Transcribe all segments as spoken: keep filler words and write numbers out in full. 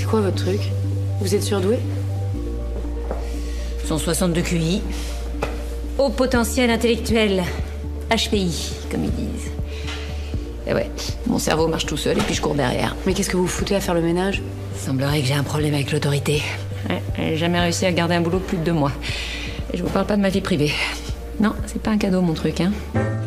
quoi votre truc? Vous êtes surdoué? cent soixante-deux Q I. Haut potentiel intellectuel. H P I, comme ils disent. Et ouais, mon cerveau marche tout seul et puis je cours derrière. Mais qu'est-ce que vous foutez à faire le ménage? Il semblerait que j'ai un problème avec l'autorité. Ouais, j'ai jamais réussi à garder un boulot plus de deux mois. Et je vous parle pas de ma vie privée. Non, c'est pas un cadeau mon truc, hein.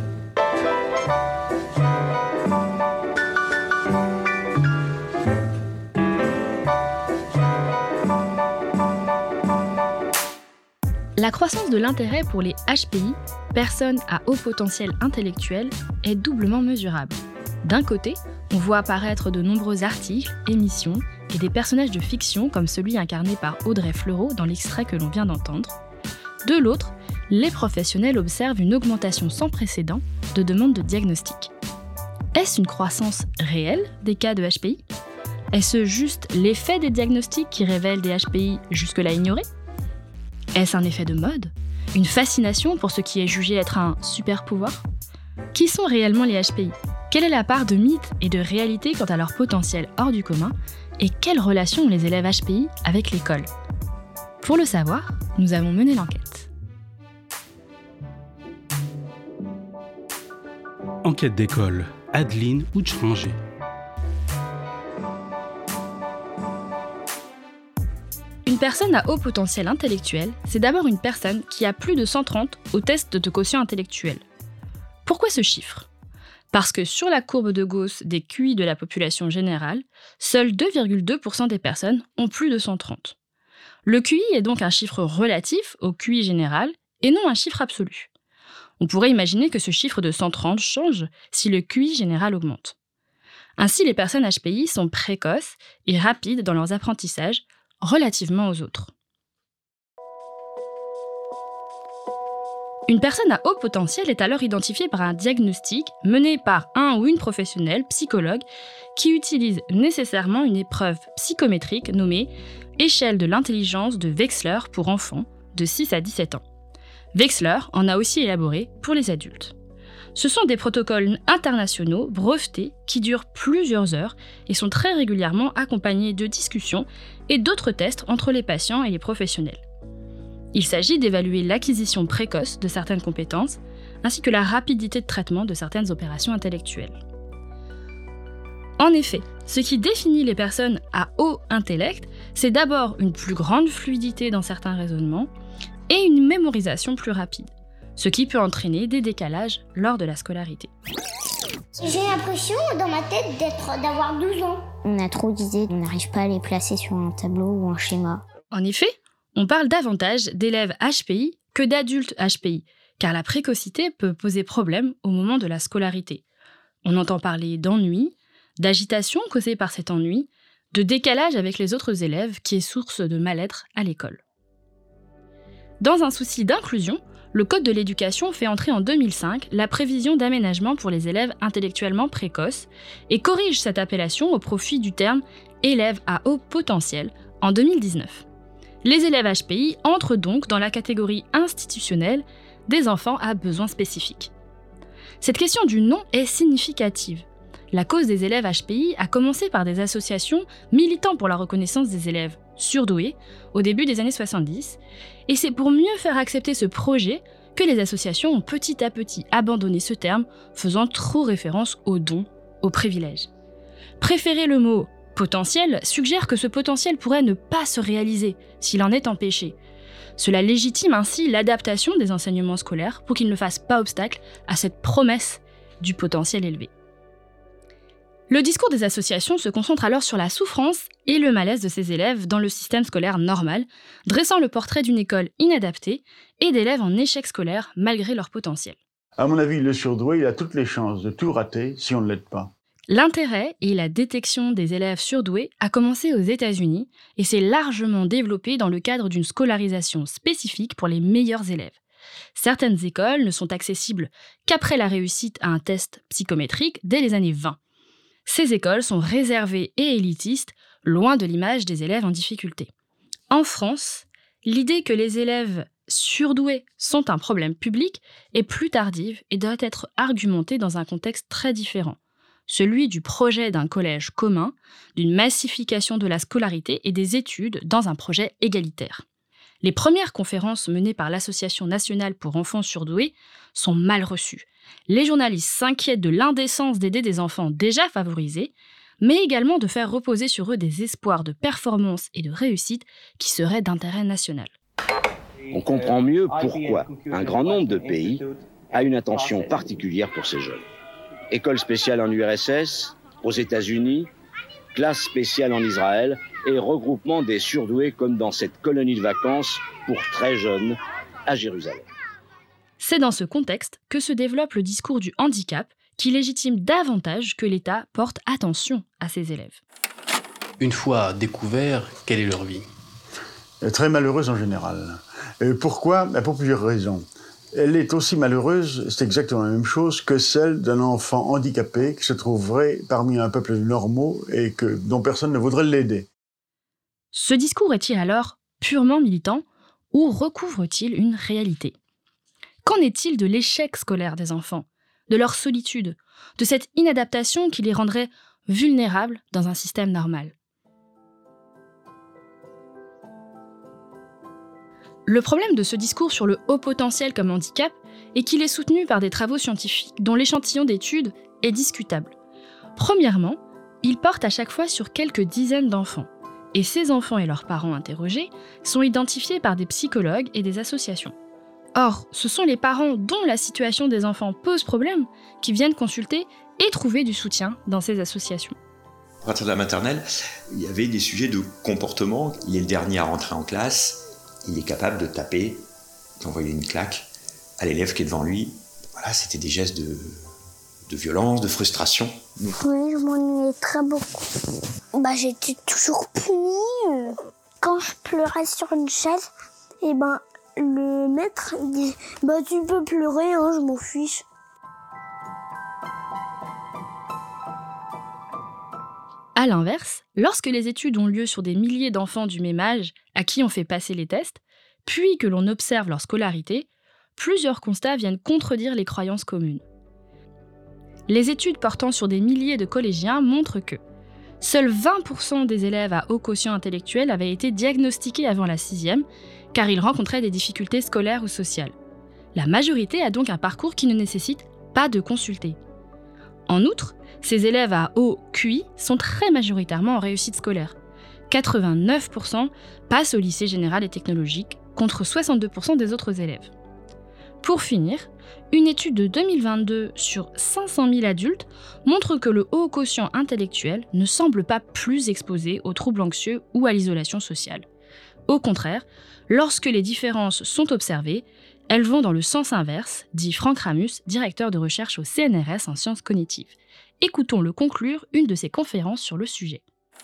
La croissance de l'intérêt pour les H P I, personnes à haut potentiel intellectuel, est doublement mesurable. D'un côté, on voit apparaître de nombreux articles, émissions et des personnages de fiction comme celui incarné par Audrey Fleurot dans l'extrait que l'on vient d'entendre. De l'autre, les professionnels observent une augmentation sans précédent de demandes de diagnostic. Est-ce une croissance réelle des cas de H P I? Est-ce juste l'effet des diagnostics qui révèlent des H P I jusque-là ignorés? Est-ce un effet de mode? Une fascination pour ce qui est jugé être un super pouvoir? Qui sont réellement les H P I? Quelle est la part de mythe et de réalité quant à leur potentiel hors du commun? Et quelle relation ont les élèves H P I avec l'école? Pour le savoir, nous avons mené l'enquête. Enquête d'école, Adeline Ouchranger. Une personne à haut potentiel intellectuel, c'est d'abord une personne qui a plus de cent trente au test de quotient intellectuel. Pourquoi ce chiffre? Parce que sur la courbe de Gauss des Q I de la population générale, seuls deux virgule deux pour cent des personnes ont plus de cent trente. Le Q I est donc un chiffre relatif au Q I général et non un chiffre absolu. On pourrait imaginer que ce chiffre de cent trente change si le Q I général augmente. Ainsi, les personnes H P I sont précoces et rapides dans leurs apprentissages relativement aux autres. Une personne à haut potentiel est alors identifiée par un diagnostic mené par un ou une professionnelle, psychologue, qui utilise nécessairement une épreuve psychométrique nommée Échelle de l'intelligence de Wechsler pour enfants de six à dix-sept ans. Wechsler en a aussi élaboré pour les adultes. Ce sont des protocoles internationaux brevetés qui durent plusieurs heures et sont très régulièrement accompagnés de discussions et d'autres tests entre les patients et les professionnels. Il s'agit d'évaluer l'acquisition précoce de certaines compétences ainsi que la rapidité de traitement de certaines opérations intellectuelles. En effet, ce qui définit les personnes à haut intellect, c'est d'abord une plus grande fluidité dans certains raisonnements et une mémorisation plus rapide, ce qui peut entraîner des décalages lors de la scolarité. J'ai l'impression dans ma tête d'être, d'avoir douze ans. On a trop d'idées, on n'arrive pas à les placer sur un tableau ou un schéma. En effet, on parle davantage d'élèves H P I que d'adultes H P I, car la précocité peut poser problème au moment de la scolarité. On entend parler d'ennui, d'agitation causée par cet ennui, de décalage avec les autres élèves qui est source de mal-être à l'école. Dans un souci d'inclusion, le Code de l'éducation fait entrer en deux mille cinq la prévision d'aménagement pour les élèves intellectuellement précoces et corrige cette appellation au profit du terme « élèves à haut potentiel » en deux mille dix-neuf. Les élèves H P I entrent donc dans la catégorie institutionnelle des enfants à besoins spécifiques. Cette question du nom est significative. La cause des élèves H P I a commencé par des associations militant pour la reconnaissance des élèves surdoués au début des années soixante-dix, et c'est pour mieux faire accepter ce projet que les associations ont petit à petit abandonné ce terme, faisant trop référence aux dons, aux privilèges. Préférer le mot « potentiel » suggère que ce potentiel pourrait ne pas se réaliser s'il en est empêché. Cela légitime ainsi l'adaptation des enseignements scolaires pour qu'ils ne fassent pas obstacle à cette promesse du potentiel élevé. Le discours des associations se concentre alors sur la souffrance et le malaise de ces élèves dans le système scolaire normal, dressant le portrait d'une école inadaptée et d'élèves en échec scolaire malgré leur potentiel. À mon avis, le surdoué, il a toutes les chances de tout rater si on ne l'aide pas. L'intérêt et la détection des élèves surdoués a commencé aux États-Unis et s'est largement développé dans le cadre d'une scolarisation spécifique pour les meilleurs élèves. Certaines écoles ne sont accessibles qu'après la réussite à un test psychométrique dès les années vingt. Ces écoles sont réservées et élitistes, loin de l'image des élèves en difficulté. En France, l'idée que les élèves surdoués sont un problème public est plus tardive et doit être argumentée dans un contexte très différent, celui du projet d'un collège commun, d'une massification de la scolarité et des études dans un projet égalitaire. Les premières conférences menées par l'Association nationale pour enfants surdoués sont mal reçues. Les journalistes s'inquiètent de l'indécence d'aider des enfants déjà favorisés, mais également de faire reposer sur eux des espoirs de performance et de réussite qui seraient d'intérêt national. On comprend mieux pourquoi un grand nombre de pays a une attention particulière pour ces jeunes. École spéciale en U R S S, aux États-Unis, classe spéciale en Israël et regroupement des surdoués comme dans cette colonie de vacances pour très jeunes à Jérusalem. C'est dans ce contexte que se développe le discours du handicap qui légitime davantage que l'État porte attention à ses élèves. Une fois découvert, quelle est leur vie ? Très malheureuse en général. Et pourquoi ? Pour plusieurs raisons. Elle est aussi malheureuse, c'est exactement la même chose, que celle d'un enfant handicapé qui se trouverait parmi un peuple normaux et que, dont personne ne voudrait l'aider. Ce discours est-il alors purement militant ou recouvre-t-il une réalité ? Qu'en est-il de l'échec scolaire des enfants, de leur solitude, de cette inadaptation qui les rendrait vulnérables dans un système normal ? Le problème de ce discours sur le haut potentiel comme handicap est qu'il est soutenu par des travaux scientifiques dont l'échantillon d'études est discutable. Premièrement, il porte à chaque fois sur quelques dizaines d'enfants, et ces enfants et leurs parents interrogés sont identifiés par des psychologues et des associations. Or, ce sont les parents dont la situation des enfants pose problème qui viennent consulter et trouver du soutien dans ces associations. À partir de la maternelle, il y avait des sujets de comportement. Il est le dernier à rentrer en classe. Il est capable de taper, d'envoyer une claque à l'élève qui est devant lui. Voilà, c'était des gestes de, de violence, de frustration. Oui, je m'ennuyais très beaucoup. Bah, j'étais toujours punie. Quand je pleurais sur une chaise, et ben, le maître il dit « Bah, tu peux pleurer, hein, je m'en fiche. » À l'inverse, lorsque les études ont lieu sur des milliers d'enfants du même âge à qui on fait passer les tests, puis que l'on observe leur scolarité, plusieurs constats viennent contredire les croyances communes. Les études portant sur des milliers de collégiens montrent que seuls vingt pour cent des élèves à haut quotient intellectuel avaient été diagnostiqués avant la sixième, car ils rencontraient des difficultés scolaires ou sociales. La majorité a donc un parcours qui ne nécessite pas de consulter. En outre, ces élèves à haut Q I sont très majoritairement en réussite scolaire. quatre-vingt-neuf pour cent passent au lycée général et technologique, contre soixante-deux pour cent des autres élèves. Pour finir, une étude de deux mille vingt-deux sur cinq cent mille adultes montre que le haut quotient intellectuel ne semble pas plus exposé aux troubles anxieux ou à l'isolation sociale. Au contraire, lorsque les différences sont observées, elles vont dans le sens inverse, dit Franck Ramus, directeur de recherche au C N R S en sciences cognitives. Écoutons-le conclure une de ses conférences sur le sujet.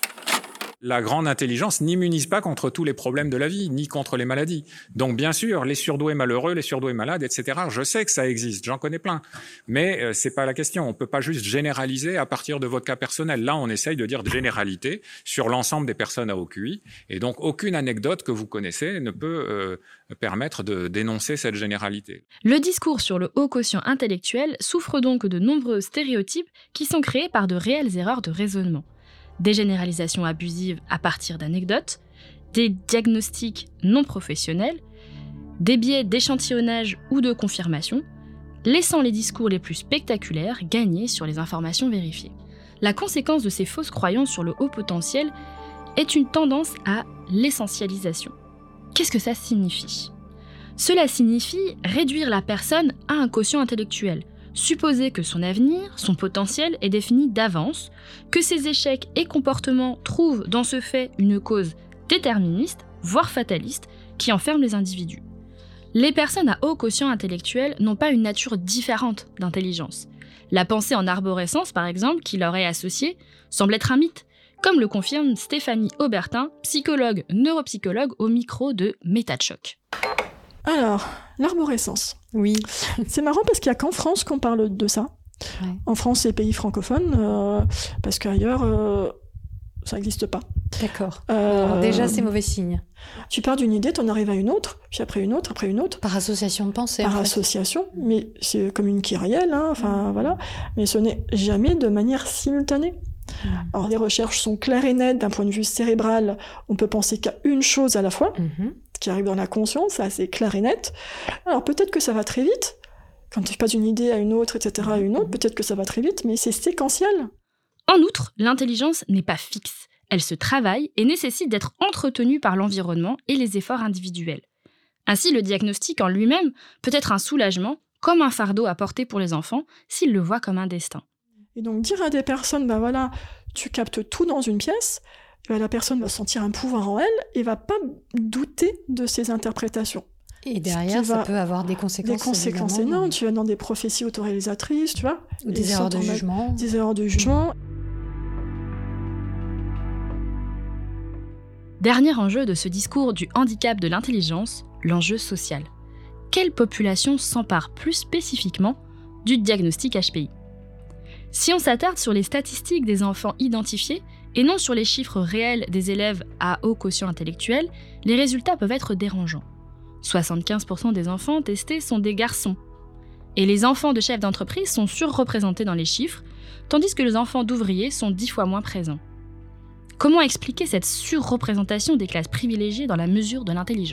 La grande intelligence n'immunise pas contre tous les problèmes de la vie, ni contre les maladies. Donc bien sûr, les surdoués malheureux, les surdoués malades, et cetera, je sais que ça existe, j'en connais plein. Mais euh, c'est pas la question, on peut pas juste généraliser à partir de votre cas personnel. Là, on essaye de dire de généralité sur l'ensemble des personnes à haut Q I. Et donc, aucune anecdote que vous connaissez ne peut euh, permettre de dénoncer cette généralité. Le discours sur le haut quotient intellectuel souffre donc de nombreux stéréotypes qui sont créés par de réelles erreurs de raisonnement. Des généralisations abusives à partir d'anecdotes, des diagnostics non professionnels, des biais d'échantillonnage ou de confirmation, laissant les discours les plus spectaculaires gagner sur les informations vérifiées. La conséquence de ces fausses croyances sur le haut potentiel est une tendance à l'essentialisation. Qu'est-ce que ça signifie ? Cela signifie réduire la personne à un quotient intellectuel, supposer que son avenir, son potentiel est défini d'avance, que ses échecs et comportements trouvent dans ce fait une cause déterministe, voire fataliste, qui enferme les individus. Les personnes à haut quotient intellectuel n'ont pas une nature différente d'intelligence. La pensée en arborescence, par exemple, qui leur est associée, semble être un mythe, comme le confirme Stéphanie Aubertin, psychologue neuropsychologue au micro de Métachoc. Alors, l'arborescence. Oui. C'est marrant parce qu'il n'y a qu'en France qu'on parle de ça. Ouais. En France et pays francophones, euh, parce qu'ailleurs, euh, ça n'existe pas. D'accord. Euh, Alors déjà, c'est mauvais signe. Tu pars d'une idée, tu en arrives à une autre, puis après une autre, après une autre. Par association de pensée. Par en fait. association, mais c'est comme une kyrielle, hein, enfin mmh. voilà. Mais ce n'est jamais de manière simultanée. Mmh. Alors les recherches sont claires et nettes d'un point de vue cérébral. On peut penser qu'à une chose à la fois, mmh. qui arrive dans la conscience, c'est assez clair et net. Alors peut-être que ça va très vite. Quand tu passes d'une idée à une autre, et cetera, à une autre, peut-être que ça va très vite, mais c'est séquentiel. En outre, l'intelligence n'est pas fixe. Elle se travaille et nécessite d'être entretenue par l'environnement et les efforts individuels. Ainsi, le diagnostic en lui-même peut être un soulagement, comme un fardeau à porter pour les enfants, s'ils le voient comme un destin. Et donc dire à des personnes, ben voilà, tu captes tout dans une pièce, ben la personne va sentir un pouvoir en elle et va pas douter de ses interprétations. Et derrière, ça peut avoir des conséquences. Des conséquences énormes. Tu vas dans des prophéties autoréalisatrices, tu vois. Ou des erreurs de jugement. Des erreurs de jugement. Dernier enjeu de ce discours du handicap de l'intelligence, l'enjeu social. Quelle population s'empare plus spécifiquement du diagnostic H P I ? Si on s'attarde sur les statistiques des enfants identifiés et non sur les chiffres réels des élèves à haut quotient intellectuel, les résultats peuvent être dérangeants. soixante-quinze pour cent des enfants testés sont des garçons. Et les enfants de chefs d'entreprise sont surreprésentés dans les chiffres, tandis que les enfants d'ouvriers sont dix fois moins présents. Comment expliquer cette surreprésentation des classes privilégiées dans la mesure de l'intelligence ?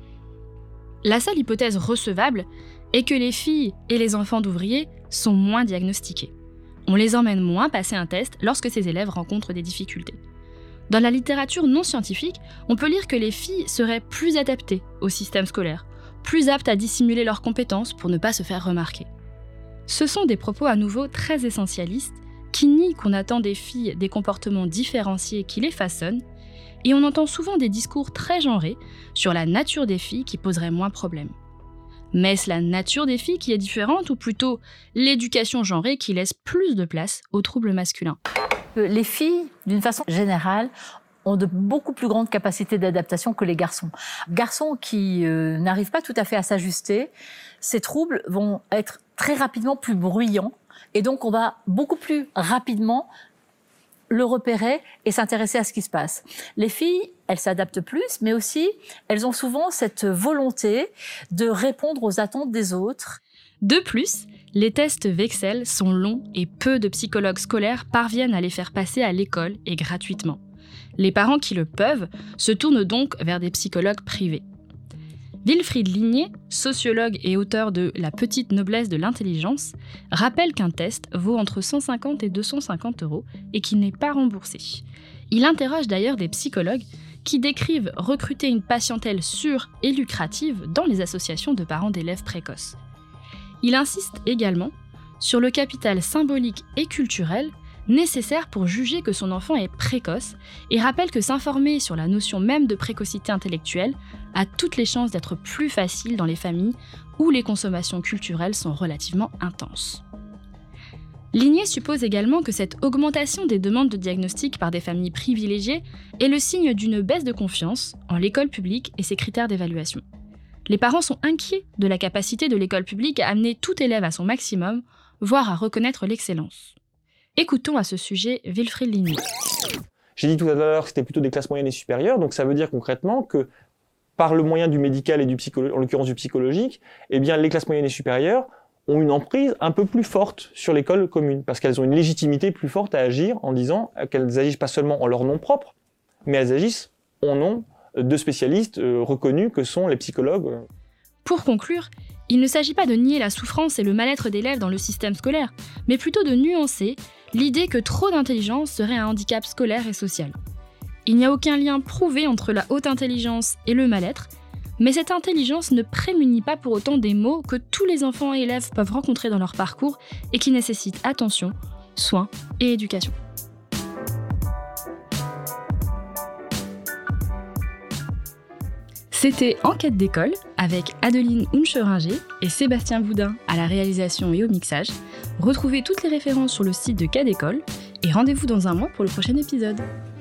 La seule hypothèse recevable est que les filles et les enfants d'ouvriers sont moins diagnostiqués. On les emmène moins passer un test lorsque ces élèves rencontrent des difficultés. Dans la littérature non scientifique, on peut lire que les filles seraient plus adaptées au système scolaire, plus aptes à dissimuler leurs compétences pour ne pas se faire remarquer. Ce sont des propos à nouveau très essentialistes qui nient qu'on attend des filles des comportements différenciés qui les façonnent, et on entend souvent des discours très genrés sur la nature des filles qui poseraient moins problème. Mais est-ce la nature des filles qui est différente, ou plutôt l'éducation genrée qui laisse plus de place aux troubles masculins ? Les filles, d'une façon générale, ont de beaucoup plus grandes capacités d'adaptation que les garçons. Garçons qui euh, n'arrivent pas tout à fait à s'ajuster, ces troubles vont être très rapidement plus bruyants, et donc on va beaucoup plus rapidement le repérer et s'intéresser à ce qui se passe. Les filles, elles s'adaptent plus, mais aussi elles ont souvent cette volonté de répondre aux attentes des autres. De plus, les tests Vexel sont longs et peu de psychologues scolaires parviennent à les faire passer à l'école et gratuitement. Les parents qui le peuvent se tournent donc vers des psychologues privés. Wilfried Ligné, sociologue et auteur de La petite noblesse de l'intelligence, rappelle qu'un test vaut entre cent cinquante et deux cent cinquante euros et qu'il n'est pas remboursé. Il interroge d'ailleurs des psychologues qui décrivent recruter une patientèle sûre et lucrative dans les associations de parents d'élèves précoces. Il insiste également sur le capital symbolique et culturel nécessaire pour juger que son enfant est précoce et rappelle que s'informer sur la notion même de précocité intellectuelle a toutes les chances d'être plus facile dans les familles où les consommations culturelles sont relativement intenses. Ligné suppose également que cette augmentation des demandes de diagnostic par des familles privilégiées est le signe d'une baisse de confiance en l'école publique et ses critères d'évaluation. Les parents sont inquiets de la capacité de l'école publique à amener tout élève à son maximum, voire à reconnaître l'excellence. Écoutons à ce sujet Wilfried Ligné. J'ai dit tout à l'heure que c'était plutôt des classes moyennes et supérieures, donc ça veut dire concrètement que par le moyen du médical et du psychologique, en l'occurrence du psychologique, eh bien les classes moyennes et supérieures ont une emprise un peu plus forte sur l'école commune, parce qu'elles ont une légitimité plus forte à agir en disant qu'elles agissent pas seulement en leur nom propre, mais elles agissent au nom de spécialistes euh, reconnus que sont les psychologues. Pour conclure, il ne s'agit pas de nier la souffrance et le mal-être d'élèves dans le système scolaire, mais plutôt de nuancer l'idée que trop d'intelligence serait un handicap scolaire et social. Il n'y a aucun lien prouvé entre la haute intelligence et le mal-être, mais cette intelligence ne prémunit pas pour autant des maux que tous les enfants et élèves peuvent rencontrer dans leur parcours et qui nécessitent attention, soins et éducation. C'était Enquête d'école avec Adeline Unscheringer et Sébastien Boudin à la réalisation et au mixage. Retrouvez toutes les références sur le site de Cas d'école et rendez-vous dans un mois pour le prochain épisode.